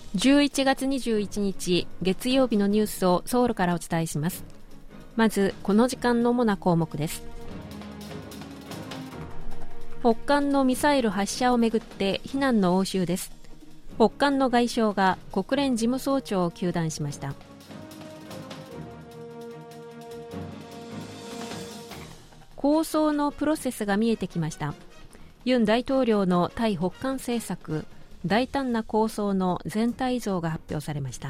11月21日月曜日のニュースをソウルからお伝えします。まずこの時間の主な項目です。北韓のミサイル発射をめぐって非難の応酬です。北韓の外相が国連事務総長を糾弾しました。構想のプロセスが見えてきました。ユン大統領の対北韓政策、大胆な構想の全体像が発表されました。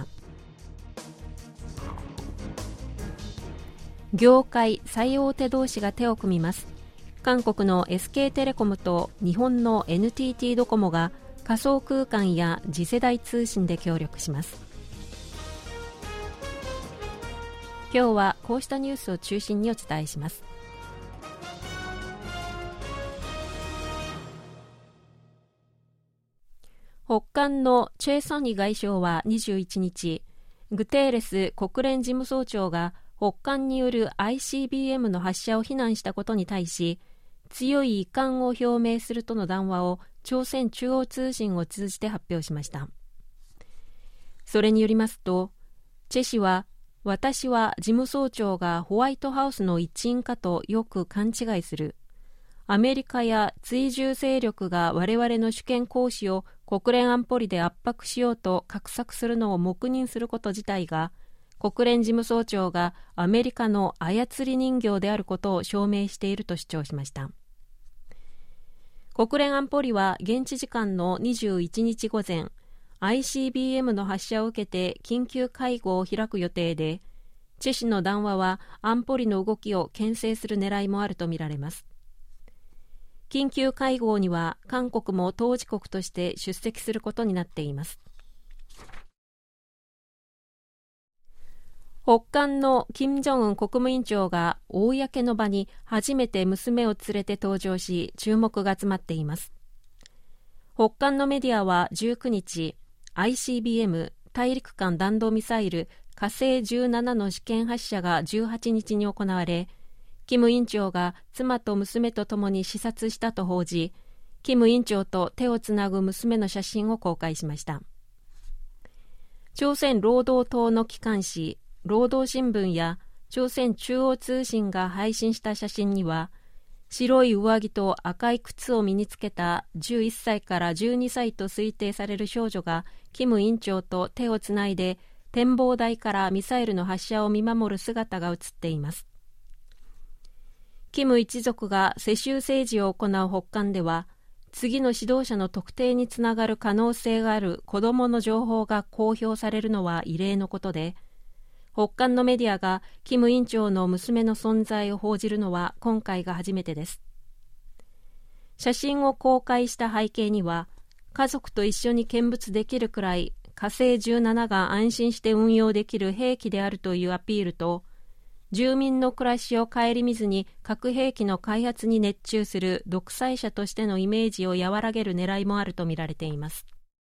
業界最大手同士が手を組みます。韓国の SK テレコムと日本の NTT ドコモが仮想空間や次世代通信で協力します。今日はこうしたニュースを中心にお伝えします。北韓のチェ・ソニ外相は21日、グテーレス国連事務総長が北韓による ICBM の発射を非難したことに対し、強い遺憾を表明するとの談話を朝鮮中央通信を通じて発表しました。それによりますと、チェ氏は、私は事務総長がホワイトハウスの一員かとよく勘違いする。アメリカや追従勢力が我々の主権行使を国連安保理で圧迫しようと画策するのを黙認すること自体が、国連事務総長がアメリカの操り人形であることを証明していると主張しました。国連安保理は現地時間の21日午前、ICBM の発射を受けて緊急会合を開く予定で、チェ氏の談話は安保理の動きを牽制する狙いもあるとみられます。緊急会合には韓国も当事国として出席することになっています。北韓の金正恩国務委員長が公の場に初めて娘を連れて登場し、注目が集まっています。北韓のメディアは19日、ICBM 大陸間弾道ミサイル火星17の試験発射が18日に行われ、キム委員長が妻と娘と共に視察したと報じ、キム委員長と手をつなぐ娘の写真を公開しました。朝鮮労働党の機関紙、労働新聞や朝鮮中央通信が配信した写真には、白い上着と赤い靴を身につけた11歳から12歳と推定される少女がキム委員長と手をつないで展望台からミサイルの発射を見守る姿が写っています。キム一族が世襲政治を行う北韓では、次の指導者の特定につながる可能性がある子どもの情報が公表されるのは異例のことで、北韓のメディアがキム委員長の娘の存在を報じるのは今回が初めてです。写真を公開した背景には、家族と一緒に見物できるくらい火星17が安心して運用できる兵器であるというアピールと、住民の暮らしを顧みずに核兵器の開発に熱中する独裁者としてのイメージを和らげる狙いもあるとみられています。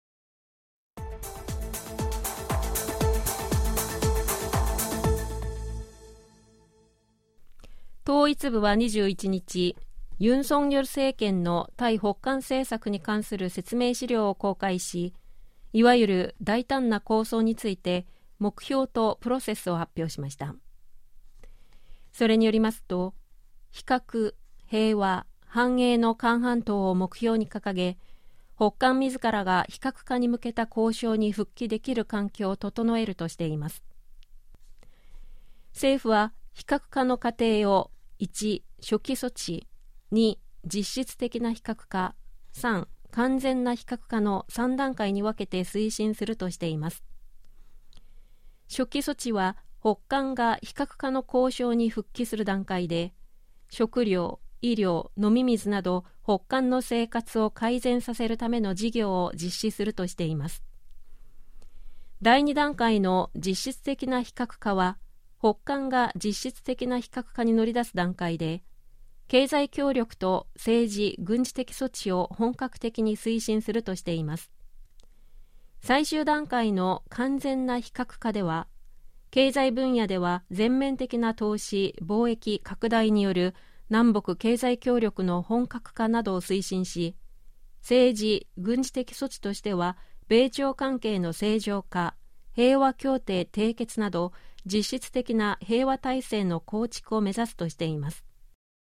統一部は21日、ユン・ソンニョル政権の対北韓政策に関する説明資料を公開し、いわゆる大胆な構想について目標とプロセスを発表しました。それによりますと、非核、平和、繁栄の韓半島を目標に掲げ、北韓自らが非核化に向けた交渉に復帰できる環境を整えるとしています。政府は非核化の過程を1、初期措置、2、実質的な非核化、3、完全な非核化の3段階に分けて推進するとしています。初期措置は北韓が非核化の交渉に復帰する段階で、食料、医療、飲み水など北韓の生活を改善させるための事業を実施するとしています。第2段階の実質的な非核化は、北韓が実質的な非核化に乗り出す段階で、経済協力と政治・軍事的措置を本格的に推進するとしています。最終段階の完全な非核化では、経済分野では全面的な投資・貿易拡大による南北経済協力の本格化などを推進し、政治・軍事的措置としては、 米朝関係の正常化、平和協定締結など実質的な平和体制の構築を目指すとしています。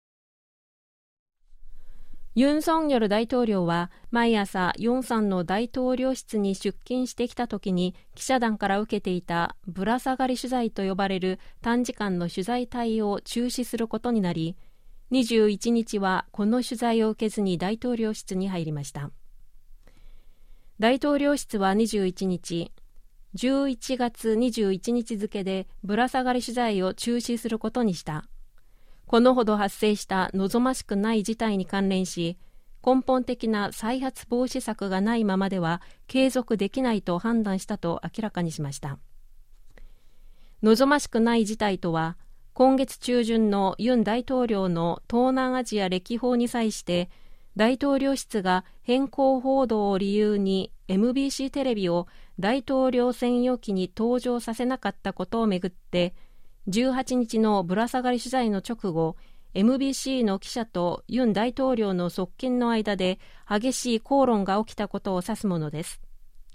ユン・ソンニョル大統領は毎朝ヨンさんの大統領室に出勤してきた時に記者団から受けていたぶら下がり取材と呼ばれる短時間の取材対応を中止することになり、21日はこの取材を受けずに大統領室に入りました。大統領室は21日、11月21日付でぶら下がり取材を中止することにした。このほど発生した望ましくない事態に関連し、根本的な再発防止策がないままでは継続できないと判断したと明らかにしました。望ましくない事態とは、今月中旬のユン大統領の東南アジア歴訪に際して、大統領室が偏向報道を理由に MBC テレビを大統領専用機に登場させなかったことをめぐって、18日のぶら下がり取材の直後、MBC の記者とユン大統領の側近の間で激しい口論が起きたことを指すものです。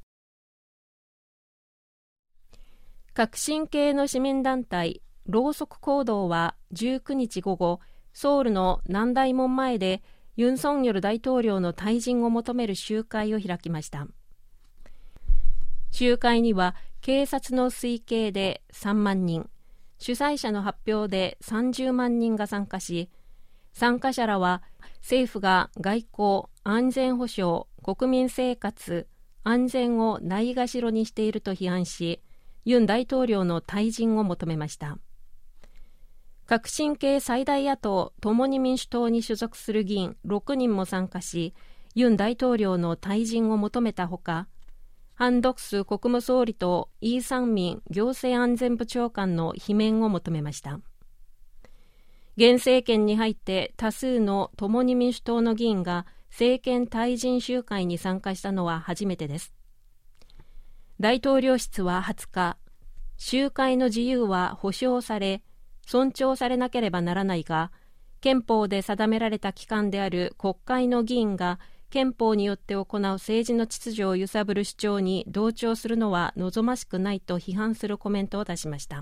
革新系の市民団体ろうそく行動は19日午後、ソウルの南大門前でユン・ソンニョル大統領の退陣を求める集会を開きました。集会には警察の推計で3万人、主催者の発表で30万人が参加し、参加者らは政府が外交、安全保障、国民生活、安全をないがしろにしていると批判し、ユン大統領の退陣を求めました。革新系最大野党共に民主党に所属する議員6人も参加し、ユン大統領の退陣を求めたほか、ハン・ドクス国務総理とイ・サンミン行政安全部長官の罷免を求めました。現政権に入って多数の共に民主党の議員が政権退陣集会に参加したのは初めてです。大統領室は20日、集会の自由は保障され、尊重されなければならないが、憲法で定められた機関である国会の議員が憲法によって行う政治の秩序を揺さぶる主張に同調するのは望ましくないと批判するコメントを出しました。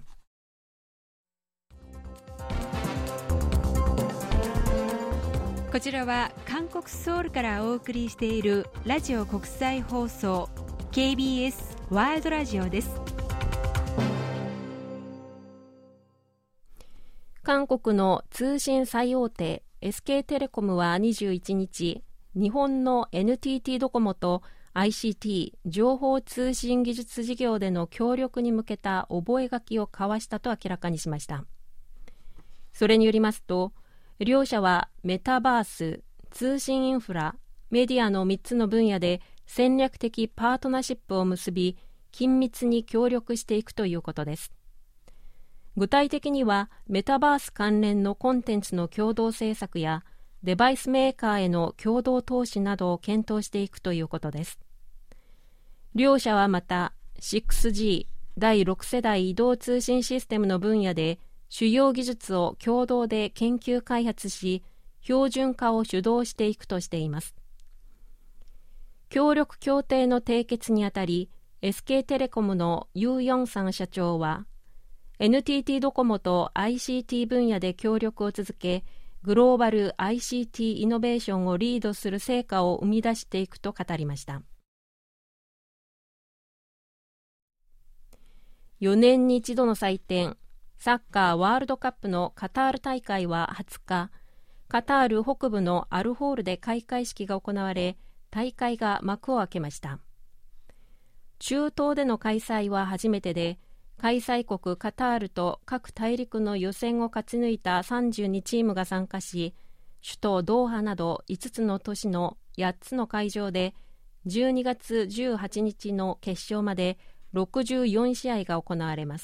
こちらは韓国ソウルからお送りしているラジオ国際放送 KBS ワールドラジオです。 韓国の通信最大手 SK テレコムは21日、日本の NTT ドコモと ICT 情報通信技術事業での協力に向けた覚書を交わしたと明らかにしました。それによりますと、両社はメタバース、通信インフラ、メディアの3つの分野で戦略的パートナーシップを結び、緊密に協力していくということです。具体的にはメタバース関連のコンテンツの共同制作やデバイスメーカーへの共同投資などを検討していくということです。両社はまた 6G 第6世代移動通信システムの分野で主要技術を共同で研究開発し、標準化を主導していくとしています。協力協定の締結にあたり、SK テレコムのユーヨンさん社長は、NTT ドコモと ICT 分野で協力を続け、グローバル ICT イノベーションをリードする成果を生み出していくと語りました。4年に一度の祭典、サッカーワールドカップのカタール大会は20日、カタール北部のアルホールで開会式が行われ、大会が幕を開けました。中東での開催は初めてで、開催国カタールと各大陸の予選を勝ち抜いた32チームが参加し、首都ドーハなど5つの都市の8つの会場で12月18日の決勝まで64試合が行われます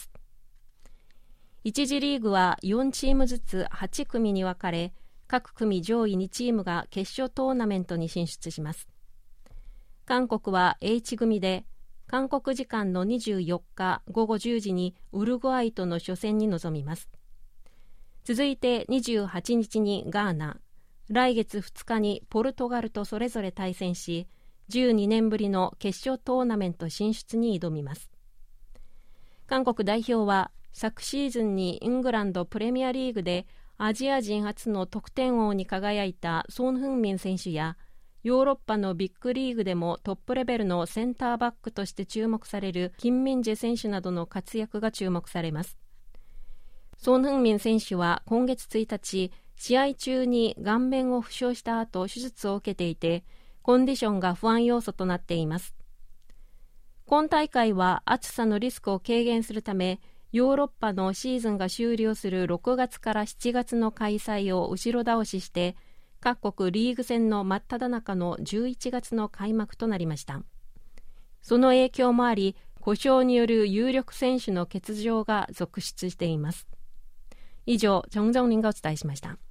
。1次リーグは4チームずつ8組に分かれ、各組上位2チームが決勝トーナメントに進出します。韓国は H 組で、韓国時間の24日午後10時にウルグアイとの初戦に臨みます。続いて28日にガーナ、来月2日にポルトガルとそれぞれ対戦し、 12年ぶりの決勝トーナメント進出に挑みます。韓国代表は昨シーズンにイングランドプレミアリーグでアジア人初の得点王に輝いたソン・フンミン選手や、ヨーロッパのビッグリーグでもトップレベルのセンターバックとして注目されるキン・ミンジェ選手などの活躍が注目されます。ソン・フンミン選手は今月1日、試合中に顔面を負傷した後手術を受けていて、コンディションが不安要素となっています。今大会は暑さのリスクを軽減するため、ヨーロッパのシーズンが終了する6月から7月の開催を後ろ倒しして、各国リーグ戦の真っ只中の11月の開幕となりました。その影響もあり、故障による有力選手の欠場が続出しています。以上、정정린がお伝えしました。